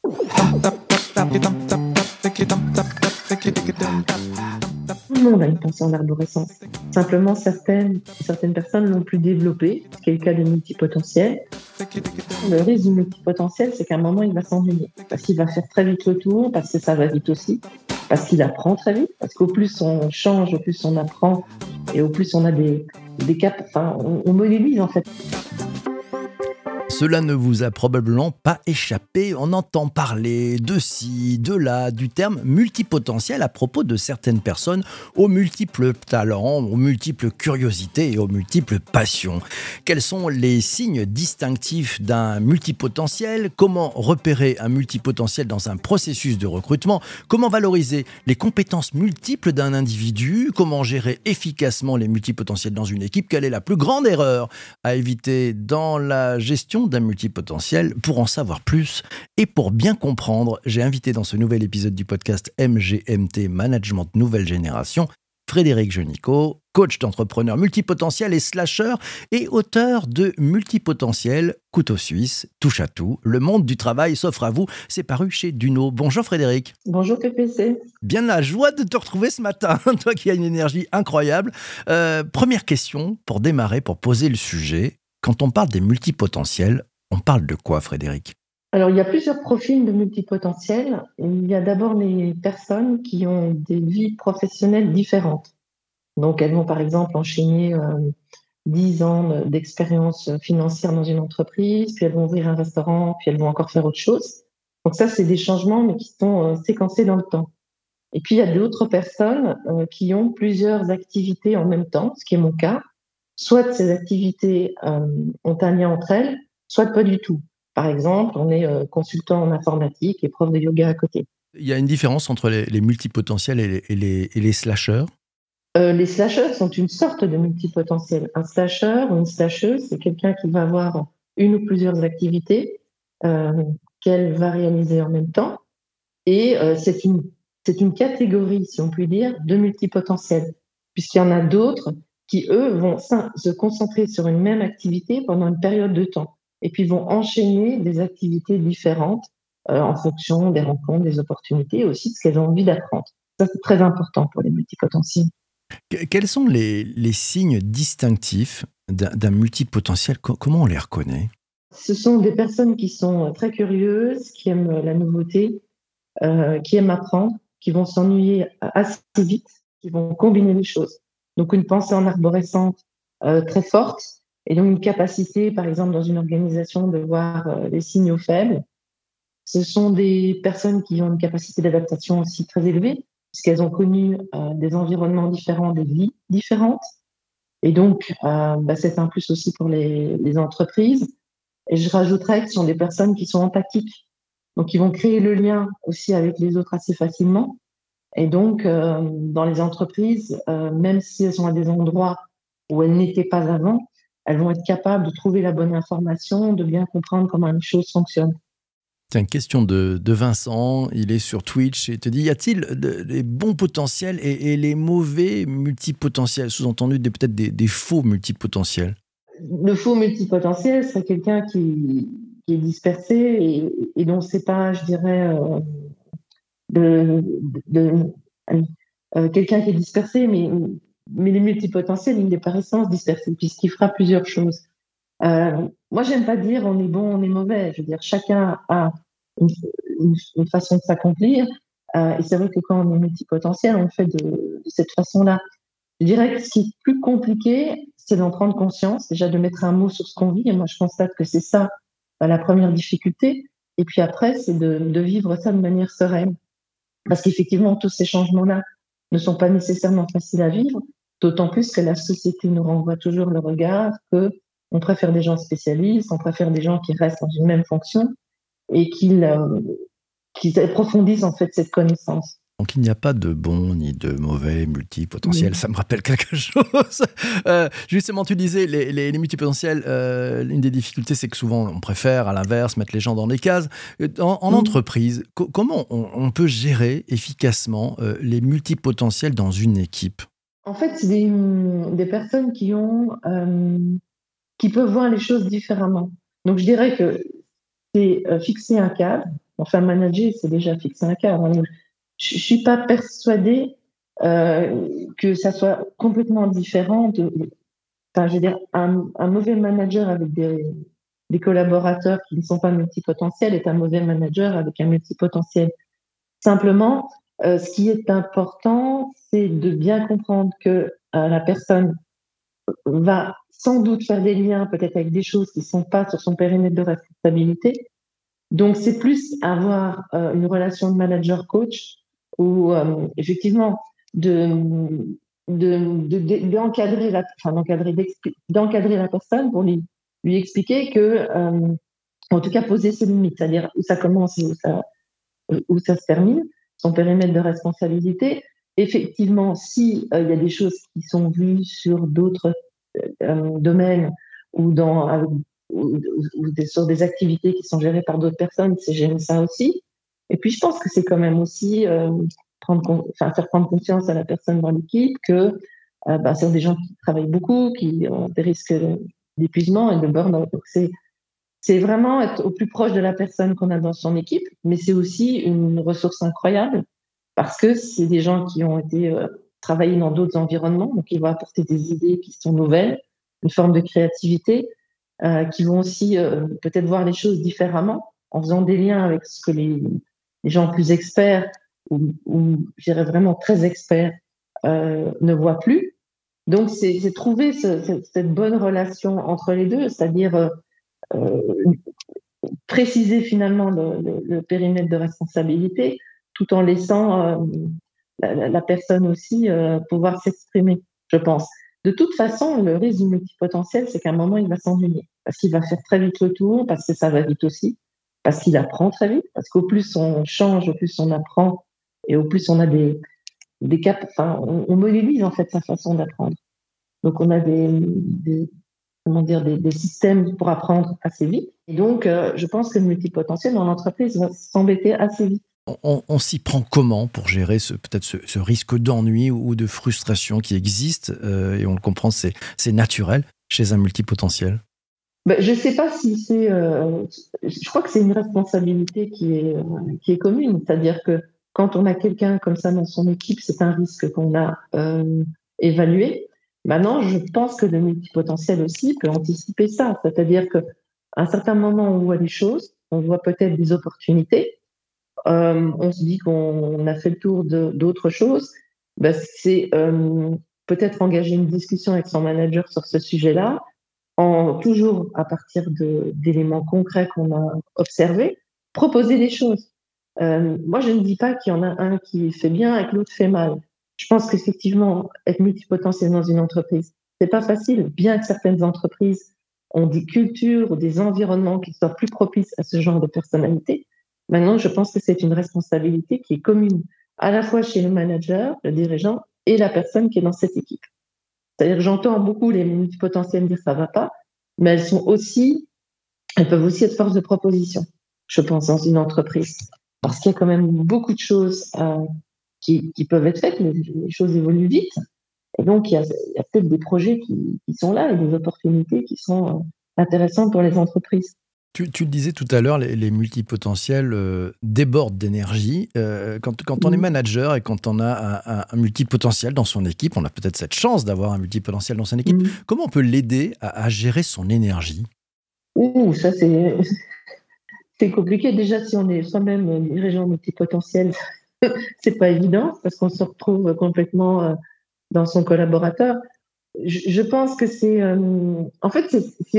Tout le monde a une pensée en arborescence. Simplement, certaines personnes l'ont plus développée, ce qui est le cas du multipotentiel. Le risque du multipotentiel, c'est qu'à un moment, il va s'ennuyer. Parce qu'il va faire très vite le tour, parce que ça va vite aussi, parce qu'il apprend très vite, parce qu'au plus on change, au plus on apprend, et au plus on a des caps, enfin, on modélise en fait. Cela ne vous a probablement pas échappé. On entend parler de ci, de là, du terme multipotentiel à propos de certaines personnes aux multiples talents, aux multiples curiosités et aux multiples passions. Quels sont les signes distinctifs d'un multipotentiel ? Comment repérer un multipotentiel dans un processus de recrutement ? Comment valoriser les compétences multiples d'un individu ? Comment gérer efficacement les multipotentiels dans une équipe ? Quelle est la plus grande erreur à éviter dans la gestion d'un multipotentiel? Pour en savoir plus et pour bien comprendre, j'ai invité dans ce nouvel épisode du podcast MGMT Management Nouvelle Génération Frédéric Genicaud, coach d'entrepreneurs multipotentiels et slasher et auteur de Multipotentiel, couteau suisse, touche à tout. Le monde du travail s'offre à vous. C'est paru chez Duno. Bonjour Frédéric. Bonjour PPC. Bien la joie de te retrouver ce matin, toi qui as une énergie incroyable. Première question pour démarrer, pour poser le sujet. Quand on parle des multipotentiels, on parle de quoi, Frédéric ? Alors, il y a plusieurs profils de multipotentiels. Il y a d'abord les personnes qui ont des vies professionnelles différentes. Donc, elles vont par exemple enchaîner 10 ans d'expérience financière dans une entreprise, puis elles vont ouvrir un restaurant, puis elles vont encore faire autre chose. Donc ça, c'est des changements, mais qui sont séquencés dans le temps. Et puis, il y a d'autres personnes qui ont plusieurs activités en même temps, ce qui est mon cas. Soit ces activités ont un lien entre elles, soit pas du tout. Par exemple, on est consultant en informatique et prof de yoga à côté. Il y a une différence entre les multipotentiels et les slashers ? Les slasheurs sont une sorte de multipotentiel. Un slasher ou une slasheuse, c'est quelqu'un qui va avoir une ou plusieurs activités euh, qu'elle va réaliser en même temps. Et c'est une catégorie, si on peut dire, de multipotentiels, puisqu'il y en a d'autres qui, eux, vont se concentrer sur une même activité pendant une période de temps, et puis vont enchaîner des activités différentes en fonction des rencontres, des opportunités, et aussi de ce qu'elles ont envie d'apprendre. Ça, c'est très important pour les multipotentiels. Quels sont les signes distinctifs d'un multipotentiel ? Comment on les reconnaît ? Ce sont des personnes qui sont très curieuses, qui aiment la nouveauté, qui aiment apprendre, qui vont s'ennuyer assez vite, qui vont combiner les choses. Donc une pensée en arborescente très forte, et donc une capacité, par exemple, dans une organisation, de voir les signaux faibles. Ce sont des personnes qui ont une capacité d'adaptation aussi très élevée, puisqu'elles ont connu des environnements différents, des vies différentes. Et donc, c'est un plus aussi pour les entreprises. Et je rajouterais que ce sont des personnes qui sont empathiques. Donc, ils vont créer le lien aussi avec les autres assez facilement. Et donc, dans les entreprises, même si elles sont à des endroits où elles n'étaient pas avant, elles vont être capables de trouver la bonne information, de bien comprendre comment une chose fonctionne. C'est une question de Vincent, il est sur Twitch et te dit, y a-t-il des bons potentiels et les mauvais multipotentiels ? Sous-entendu, peut-être des faux multipotentiels. Le faux multipotentiel serait quelqu'un qui est dispersé et dont c'est pas, je dirais, de, de, quelqu'un qui est dispersé, mais les multipotentiels, il est par essence dispersé, puisqu'il fera plusieurs choses. Moi, j'aime pas dire on est bon, on est mauvais. Je veux dire, chacun a une façon de s'accomplir. Et c'est vrai que quand on est multipotentiel, on le fait de cette façon-là. Je dirais que ce qui est plus compliqué, c'est d'en prendre conscience, déjà de mettre un mot sur ce qu'on vit. Et moi, je constate que c'est ça la première difficulté. Et puis après, c'est de vivre ça de manière sereine. Parce qu'effectivement, tous ces changements-là ne sont pas nécessairement faciles à vivre, d'autant plus que la société nous renvoie toujours le regard que on préfère des gens spécialistes, on préfère des gens qui restent dans une même fonction et qu'ils approfondissent en fait cette connaissance. Donc il n'y a pas de bon ni de mauvais multipotentiels, ça me rappelle quelque chose. Justement, tu disais, les multipotentiels, l'une des difficultés, c'est que souvent on préfère, à l'inverse, mettre les gens dans des cases. En entreprise, comment on peut gérer efficacement les multipotentiels dans une équipe ? En fait, c'est des personnes qui peuvent voir les choses différemment. Donc je dirais que c'est fixer un cadre, Enfin, manager, c'est déjà fixer un cadre, hein. Je suis pas persuadée que ça soit complètement différent enfin, je veux dire, un mauvais manager avec des collaborateurs qui ne sont pas multipotentiels est un mauvais manager avec un multipotentiel. Simplement, ce qui est important, c'est de bien comprendre que la personne va sans doute faire des liens peut-être avec des choses qui ne sont pas sur son périmètre de responsabilité. Donc, c'est plus avoir une relation de manager-coach où, effectivement, d'encadrer d'encadrer la personne pour lui expliquer que, en tout cas, poser ses limites, c'est-à-dire où ça commence et où ça se termine, son périmètre de responsabilité. Effectivement, si il y a des choses qui sont vues sur d'autres domaines ou sur des activités qui sont gérées par d'autres personnes, c'est gérer ça aussi. Et puis, je pense que c'est quand même aussi faire prendre conscience à la personne dans l'équipe que ce sont des gens qui travaillent beaucoup, qui ont des risques d'épuisement et de burn-out. Donc, c'est vraiment être au plus proche de la personne qu'on a dans son équipe, mais c'est aussi une ressource incroyable parce que c'est des gens qui ont été travaillés dans d'autres environnements, donc ils vont apporter des idées qui sont nouvelles, une forme de créativité, qui vont aussi peut-être voir les choses différemment en faisant des liens avec ce que les gens plus experts ou je dirais vraiment très experts ne voient plus. Donc c'est trouver cette bonne relation entre les deux, c'est-à-dire euh, préciser finalement le périmètre de responsabilité tout en laissant la personne aussi pouvoir s'exprimer, je pense. De toute façon, le risque du multipotentiel, c'est qu'à un moment, il va s'ennuyer parce qu'il va faire très vite le tour, parce que ça va vite aussi, parce qu'il apprend très vite, parce qu'au plus on change, au plus on apprend et au plus on a des caps, enfin, on modélise en fait sa façon d'apprendre. Donc on a comment dire, des systèmes pour apprendre assez vite. Et donc, je pense que le multipotentiel dans l'entreprise va s'embêter assez vite. On s'y prend comment pour gérer peut-être ce risque d'ennui ou de frustration qui existe et on le comprend, c'est naturel chez un multipotentiel. Je ne sais pas si c'est. Je crois que c'est une responsabilité qui est commune. C'est-à-dire que quand on a quelqu'un comme ça dans son équipe, c'est un risque qu'on a évalué. Maintenant, je pense que le multipotentiel aussi peut anticiper ça. C'est-à-dire qu'à un certain moment, on voit des choses, on voit peut-être des opportunités. On se dit qu'on a fait le tour d'autres choses. C'est peut-être engager une discussion avec son manager sur ce sujet-là toujours à partir d'éléments concrets qu'on a observés, proposer des choses. Moi, je ne dis pas qu'il y en a un qui fait bien et que l'autre fait mal. Je pense qu'effectivement, être multipotentiel dans une entreprise, c'est pas facile, bien que certaines entreprises ont des cultures ou des environnements qui soient plus propices à ce genre de personnalité. Maintenant, je pense que c'est une responsabilité qui est commune, à la fois chez le manager, le dirigeant, et la personne qui est dans cette équipe. C'est-à-dire que j'entends beaucoup les multipotentiels dire ça va pas, mais elles peuvent aussi être force de proposition, je pense, dans une entreprise. Parce qu'il y a quand même beaucoup de choses qui peuvent être faites, les choses évoluent vite. Et donc, il y a peut-être des projets qui sont là et des opportunités qui sont intéressantes pour les entreprises. Tu le disais tout à l'heure, les multipotentiels débordent d'énergie. Quand on est manager et quand on a un multipotentiel dans son équipe, on a peut-être cette chance d'avoir un multipotentiel dans son équipe. Comment on peut l'aider à gérer son énergie? Ouh, ça c'est compliqué. Déjà, si on est soi-même dirigeant multipotentiel, c'est pas évident parce qu'on se retrouve complètement dans son collaborateur. Je pense que en fait,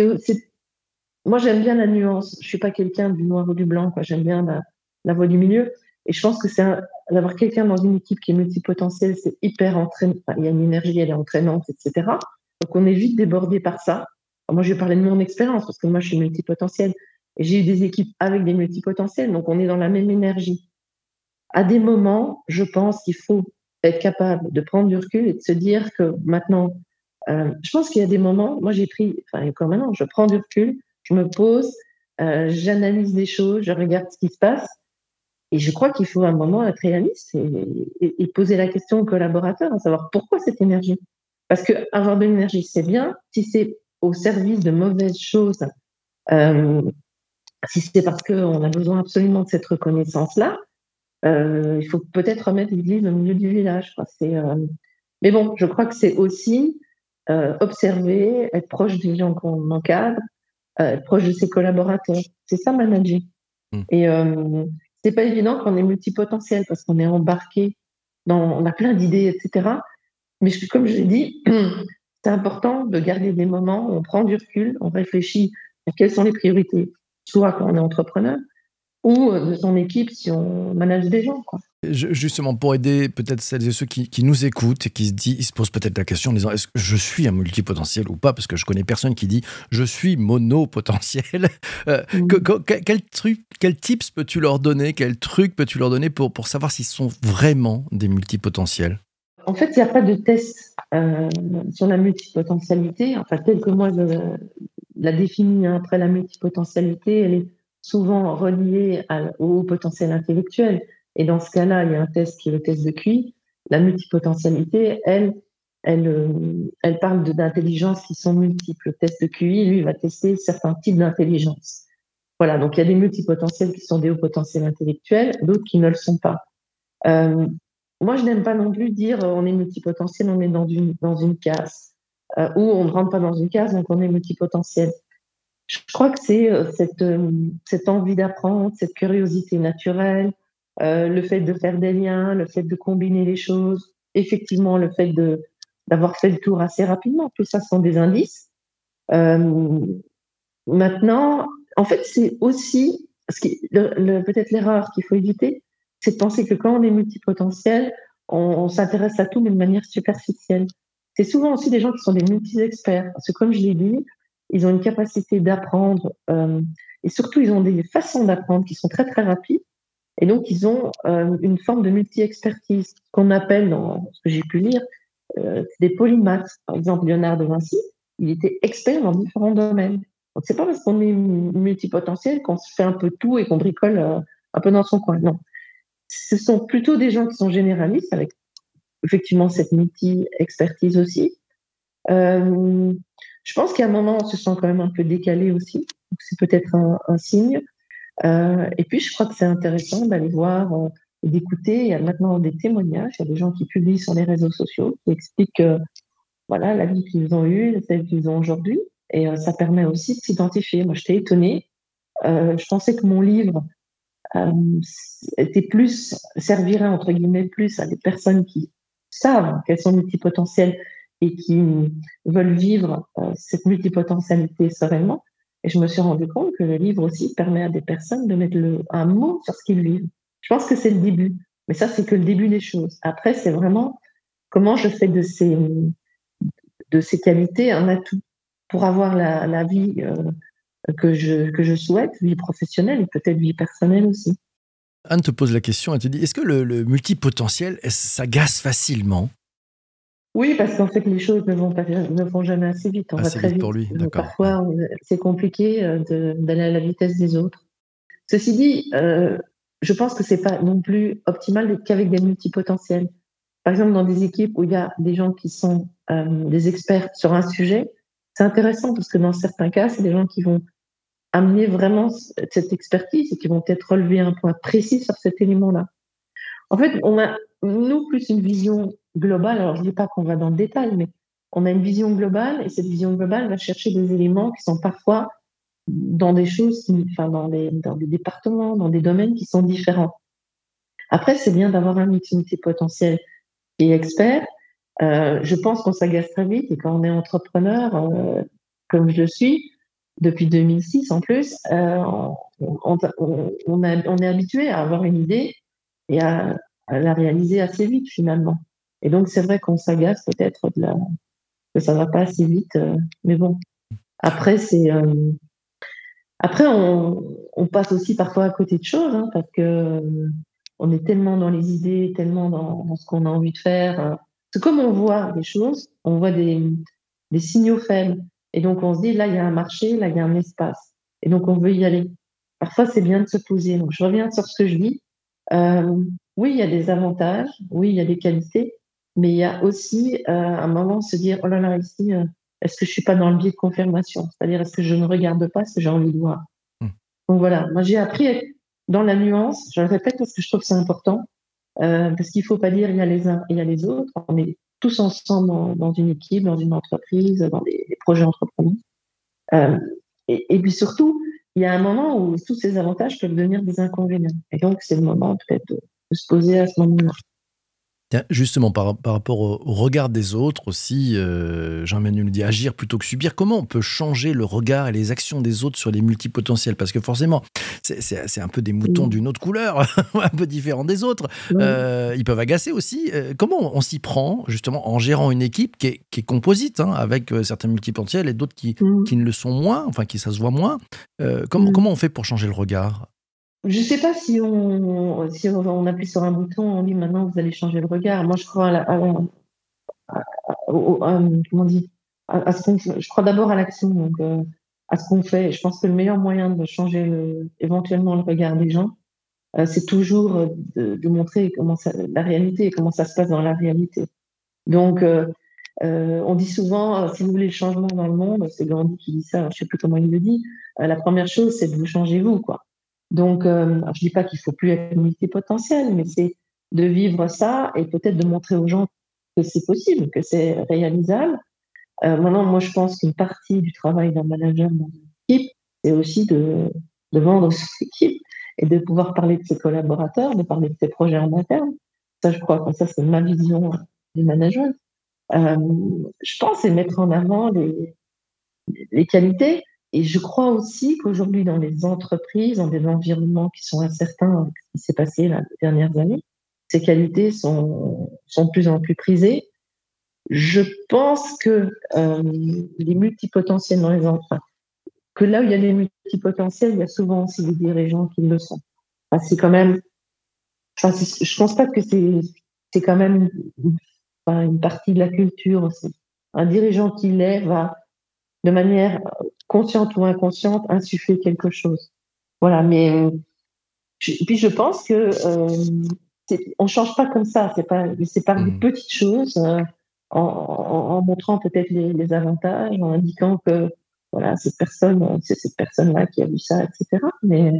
moi, j'aime bien la nuance. Je suis pas quelqu'un du noir ou du blanc, quoi. J'aime bien la voie du milieu. Et je pense que d'avoir quelqu'un dans une équipe qui est multipotentielle, c'est hyper entraînant. Enfin, il y a une énergie, elle est entraînante, etc. Donc, on est vite débordé par ça. Alors, moi, je vais parler de mon expérience parce que moi, je suis multipotentielle. Et j'ai eu des équipes avec des multipotentiels. Donc, on est dans la même énergie. À des moments, je pense qu'il faut être capable de prendre du recul et de se dire que maintenant, je pense qu'il y a des moments, moi j'ai pris, enfin encore maintenant, je prends du recul, je me pose, j'analyse des choses, je regarde ce qui se passe, et je crois qu'il faut à un moment être réaliste et poser la question aux collaborateurs, à savoir pourquoi cette énergie. Parce que avoir de l'énergie, c'est bien, si c'est au service de mauvaises choses, euh, Si c'est parce qu'on a besoin absolument de cette reconnaissance-là, il faut peut-être remettre l'église au milieu du village, quoi. Mais bon, je crois que c'est aussi observer, être proche des gens qu'on encadre, être proche de ses collaborateurs. C'est ça, manager. Mm. Et c'est pas évident quand on est multipotentiel parce qu'on est embarqué on a plein d'idées, etc. Mais comme je l'ai dit, c'est important de garder des moments où on prend du recul, on réfléchit à quelles sont les priorités, soit quand on est entrepreneur, ou de son équipe si on manage des gens, quoi. Justement, pour aider peut-être celles et ceux qui nous écoutent et qui ils se posent peut-être la question en disant est-ce que je suis un multipotentiel ou pas? Parce que je connais personne qui dit je suis monopotentiel. Quel truc, quel tips peux-tu leur donner? Quel truc peux-tu leur donner pour savoir s'ils sont vraiment des multipotentiels? En fait, il n'y a pas de test sur la multipotentialité, enfin, telle que moi je la définis, hein. Après, la multipotentialité, elle est souvent reliée au potentiel intellectuel. Et dans ce cas-là, il y a un test qui est le test de QI. La multipotentialité, elle parle d'intelligences qui sont multiples. Le test de QI, lui, va tester certains types d'intelligence. Voilà, donc il y a des multipotentiels qui sont des hauts potentiels intellectuels, d'autres qui ne le sont pas. Euh, Moi, je n'aime pas non plus dire on est multipotentiel, on est dans une case, ou on ne rentre pas dans une case, donc on est multipotentiel. Je crois que c'est cette envie d'apprendre, cette curiosité naturelle, le fait de faire des liens, le fait de combiner les choses, effectivement le fait d'avoir fait le tour assez rapidement, tout ça sont des indices. Euh, Maintenant, en fait, c'est aussi peut-être l'erreur qu'il faut éviter, c'est de penser que quand on est multipotentiel, on s'intéresse à tout, mais de manière superficielle. C'est souvent aussi des gens qui sont des multi-experts, parce que comme je l'ai dit, ils ont une capacité d'apprendre, et surtout, ils ont des façons d'apprendre qui sont très, très rapides, et donc ils ont une forme de multi-expertise qu'on appelle, dans ce que j'ai pu lire, des polymathes. Par exemple, Léonard de Vinci, il était expert dans différents domaines. Donc, c'est pas parce qu'on est multipotentiel qu'on se fait un peu tout et qu'on bricole un peu dans son coin. Non. Ce sont plutôt des gens qui sont généralistes, avec effectivement cette multi-expertise aussi. Euh, je pense qu'à un moment, on se sent quand même un peu décalé aussi. Donc, c'est peut-être un signe. Et puis, je crois que c'est intéressant d'aller voir et d'écouter. Il y a maintenant des témoignages. Il y a des gens qui publient sur les réseaux sociaux, qui expliquent voilà, la vie qu'ils ont eue, celle qu'ils ont aujourd'hui. Et ça permet aussi de s'identifier. Moi, j'étais étonnée. Je pensais que mon livre euh, servirait entre guillemets plus à des personnes qui savent qu'elles sont multipotentielles et qui veulent vivre cette multipotentialité sereinement. Et je me suis rendu compte que le livre aussi permet à des personnes de mettre un mot sur ce qu'ils vivent. Je pense que c'est le début. Mais ça, c'est que le début des choses. Après, c'est vraiment comment je fais de ces qualités un atout pour avoir la vie que je souhaite, vie professionnelle et peut-être vie personnelle aussi. Anne te pose la question, elle te dit est-ce que le multipotentiel s'agace facilement? Oui, parce qu'en fait, les choses ne vont jamais assez vite. On va Assez très vite vite. pour lui, Donc, d'accord. Hmm. parfois, c'est compliqué d'aller à la vitesse des autres. Ceci dit, je pense que c'est pas non plus optimal qu'avec des multipotentiels. Par exemple, dans des équipes où il y a des gens qui sont des experts sur un sujet, c'est intéressant parce que dans certains cas, c'est des gens qui vont amener vraiment cette expertise et qui vont peut-être relever un point précis sur cet élément-là. En fait, on a, nous, plus une vision globale. Alors, je ne dis pas qu'on va dans le détail, mais on a une vision globale et cette vision globale va chercher des éléments qui sont parfois dans des choses, enfin, dans des départements, dans des domaines qui sont différents. Après, c'est bien d'avoir un utilité potentiel et expert. Je pense qu'on s'agace très vite et quand on est entrepreneur, comme je le suis, depuis 2006 en plus, on est habitué à avoir une idée et à la réaliser assez vite finalement. Et donc c'est vrai qu'on s'agace peut-être que ça va pas assez vite, mais bon. Après après on passe aussi parfois à côté de choses hein, parce que on est tellement dans les idées, tellement dans ce qu'on a envie de faire. C'est comme on voit des choses, on voit des signaux faibles. Et donc, on se dit, là, il y a un marché, là, il y a un espace. Et donc, on veut y aller. Parfois, c'est bien de se poser. Donc, je reviens sur ce que je dis. Oui, il y a des avantages, oui, il y a des qualités, mais il y a aussi un moment de se dire, oh là là, ici, est-ce que je suis pas dans le biais de confirmation? C'est-à-dire, est-ce que je ne regarde pas ce que j'ai envie de voir? Donc voilà, moi j'ai appris à être dans la nuance, je le répète parce que je trouve que c'est important, parce qu'il ne faut pas dire il y a les uns et il y a les autres, on est tous ensemble dans une équipe, dans une entreprise, dans des projets entrepreneurs. Euh, et puis surtout, il y a un moment où tous ces avantages peuvent devenir des inconvénients. Et donc c'est le moment peut-être de se poser à ce moment-là. Tiens, justement, par rapport au regard des autres aussi, Jean-Emmanuel nous dit agir plutôt que subir. Comment on peut changer le regard et les actions des autres sur les multipotentiels? Parce que forcément, c'est un peu des moutons Mm. d'une autre couleur, un peu différents des autres. Mm. Ils peuvent agacer aussi. Comment on s'y prend, justement, en gérant une équipe qui est composite, hein, avec certains multipotentiels et d'autres qui ne le sont moins, enfin, qui ça se voit moins. Mm. Comment on fait pour changer le regard? Je ne sais pas si on appuie sur un bouton, on dit maintenant vous allez changer le regard. Moi, je crois comment on dit, à ce qu'on fait. Je crois d'abord à l'action, donc à ce qu'on fait. Je pense que le meilleur moyen de changer éventuellement le regard des gens, c'est toujours de montrer la réalité et comment ça se passe dans la réalité. Donc, on dit souvent, si vous voulez le changement dans le monde, c'est Gandhi qui dit ça, je ne sais plus comment il le dit, la première chose, c'est de vous changer vous, quoi. Donc, je dis pas qu'il faut plus être multipotentiel, mais c'est de vivre ça et peut-être de montrer aux gens que c'est possible, que c'est réalisable. Maintenant, moi, je pense qu'une partie du travail d'un manager dans une équipe, c'est aussi de vendre son équipe et de pouvoir parler de ses collaborateurs, de parler de ses projets en interne. Ça, je crois que ça, c'est ma vision du management. Euh, je pense c'est mettre en avant les qualités. Et je crois aussi qu'aujourd'hui, dans les entreprises, dans des environnements qui sont incertains, avec ce qui s'est passé là, les dernières années, ces qualités sont de plus en plus prisées. Je pense que les multipotentiels dans les entreprises, que là où il y a les multipotentiels, il y a souvent aussi des dirigeants qui le sont. Enfin, c'est quand même, enfin, je pense pas que c'est quand même une partie de la culture aussi. Un dirigeant qui l'est va de manière consciente ou inconsciente, insuffler quelque chose. Voilà, mais puis je pense que on change pas comme ça. C'est par des Mhm. petites choses, en montrant peut-être les avantages, en indiquant que voilà, c'est cette personne-là qui a vu ça, etc. Mais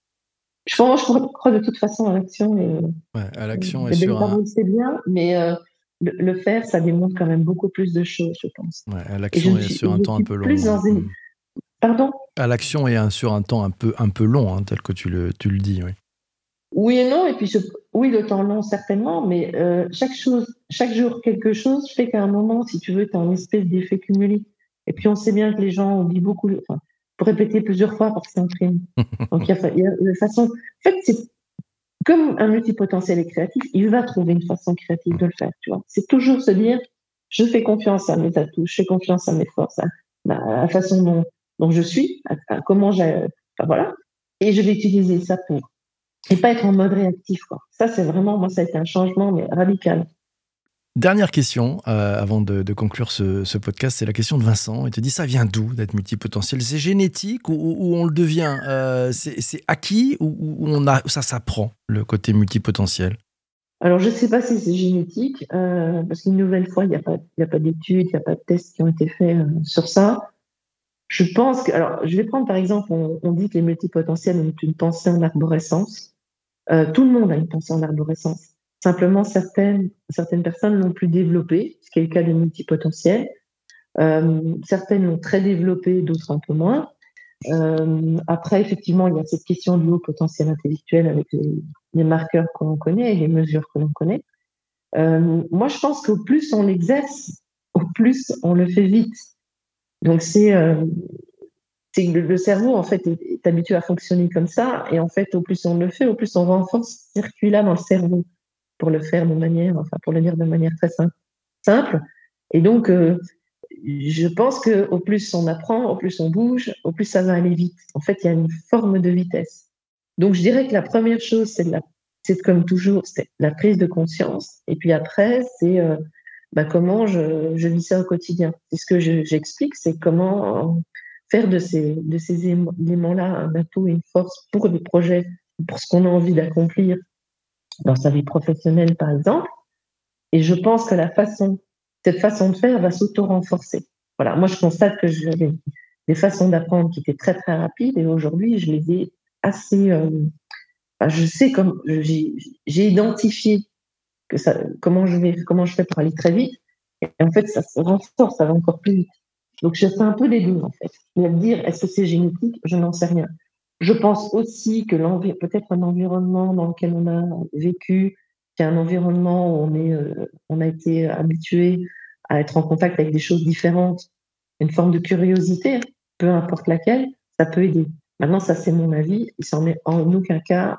je crois de toute façon à l'action et Ouais, à l'action et les belles sur un, paroles c'est bien, mais le faire, ça démontre quand même beaucoup plus de choses, je pense. ouais, à Et l'action et sur un je temps un suis peu plus long. Ouais. dans une. Mhm. Pardon? À l'action et sur un temps un peu long, hein, tel que tu le dis, oui. Oui et non, et puis oui, le temps long, certainement, mais chaque jour, quelque chose fait qu'à un moment, si tu veux, tu as une espèce d'effet cumulé. Et puis, on sait bien que les gens oublient beaucoup, enfin, faut répéter plusieurs fois pour que ça imprime. Donc, il y a une façon. En fait, c'est comme un multipotentiel est créatif, il va trouver une façon créative de le faire, tu vois. C'est toujours se dire, je fais confiance à mes atouts, je fais confiance à mes forces, à la façon dont je suis, à comment j'ai, enfin, voilà. Et je vais utiliser ça pour et pas être en mode réactif, quoi. Ça, c'est vraiment, moi, ça a été un changement, mais radical. Dernière question, avant de conclure ce podcast, c'est la question de Vincent. Il te dit, ça vient d'où d'être multipotentiel? C'est génétique ou on le devient? C'est acquis ou ça s'apprend, le côté multipotentiel? Alors, je ne sais pas si c'est génétique, parce qu'une nouvelle fois, il y a pas d'études, il n'y a pas de tests qui ont été faits sur ça. Je pense que, alors, je vais prendre par exemple, on dit que les multipotentiels ont une pensée en arborescence. Tout le monde a une pensée en arborescence. Simplement, certaines personnes l'ont plus développée, ce qui est le cas des multipotentiels. Certaines l'ont très développée, d'autres un peu moins. Après, effectivement, il y a cette question du haut potentiel intellectuel avec les marqueurs que l'on connaît et les mesures que l'on connaît. Moi, je pense qu'au plus on l'exerce, au plus on le fait vite. Donc, c'est le cerveau, en fait, est habitué à fonctionner comme ça. Et en fait, au plus on le fait, au plus on renforce ce circuit-là dans le cerveau pour le faire de manière, enfin, pour le dire de manière très simple. Et donc, je pense qu'au plus on apprend, au plus on bouge, au plus ça va aller vite. En fait, il y a une forme de vitesse. Donc, je dirais que la première chose, c'est comme toujours, c'est la prise de conscience. Et puis après, c'est comment je vis ça au quotidien. C'est ce que j'explique, c'est comment faire de ces éléments-là un atout et une force pour des projets, pour ce qu'on a envie d'accomplir dans sa vie professionnelle, par exemple. Et je pense que cette façon de faire va s'auto-renforcer. Voilà, moi je constate que j'avais des façons d'apprendre qui étaient très très rapides et aujourd'hui je les ai assez. Je sais comme j'ai identifié que comment je fais pour aller très vite. Et en fait, ça se renforce, ça va encore plus vite. Donc, je fais un peu des deux, en fait. Mais dire, est-ce que c'est génétique? Je n'en sais rien. Je pense aussi que peut-être un environnement dans lequel on a vécu, qui est un environnement où on a été habitué à être en contact avec des choses différentes, une forme de curiosité, peu importe laquelle, ça peut aider. Maintenant, ça, c'est mon avis. Et ça n'en est en aucun cas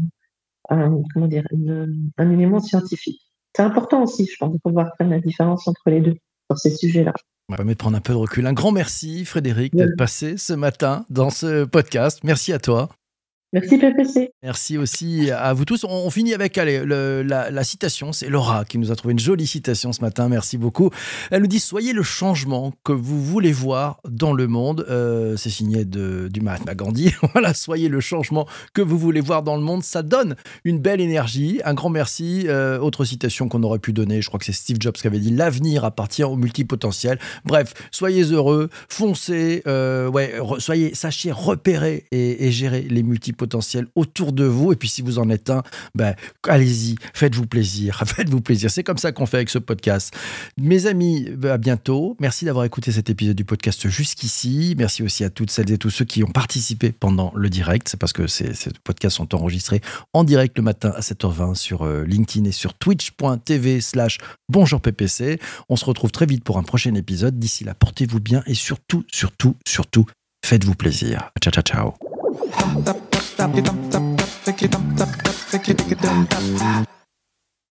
un élément scientifique. C'est important aussi, je pense, de pouvoir faire la différence entre les deux sur ces sujets-là. On va prendre un peu de recul. Un grand merci, Frédéric, d'être passé ce matin dans ce podcast. Merci à toi. Merci PPC. Merci aussi à vous tous. On finit avec la citation. C'est Laura qui nous a trouvé une jolie citation ce matin. Merci beaucoup. Elle nous dit « Soyez le changement que vous voulez voir dans le monde ». C'est signé du Mahatma Gandhi. Voilà, soyez le changement que vous voulez voir dans le monde. Ça donne une belle énergie. Un grand merci. Autre citation qu'on aurait pu donner, je crois que c'est Steve Jobs qui avait dit « L'avenir appartient aux multipotentiels ». Bref, soyez heureux, foncez, sachez repérer et gérer les multipotentiels autour de vous. Et puis si vous en êtes un, allez-y, faites-vous plaisir. Faites-vous plaisir. C'est comme ça qu'on fait avec ce podcast. Mes amis, à bientôt. Merci d'avoir écouté cet épisode du podcast jusqu'ici. Merci aussi à toutes celles et tous ceux qui ont participé pendant le direct. C'est parce que ces podcasts sont enregistrés en direct le matin à 7h20 sur LinkedIn et sur twitch.tv/bonjourppc. On se retrouve très vite pour un prochain épisode. D'ici là, portez-vous bien et surtout, faites-vous plaisir. Ciao, ciao, ciao.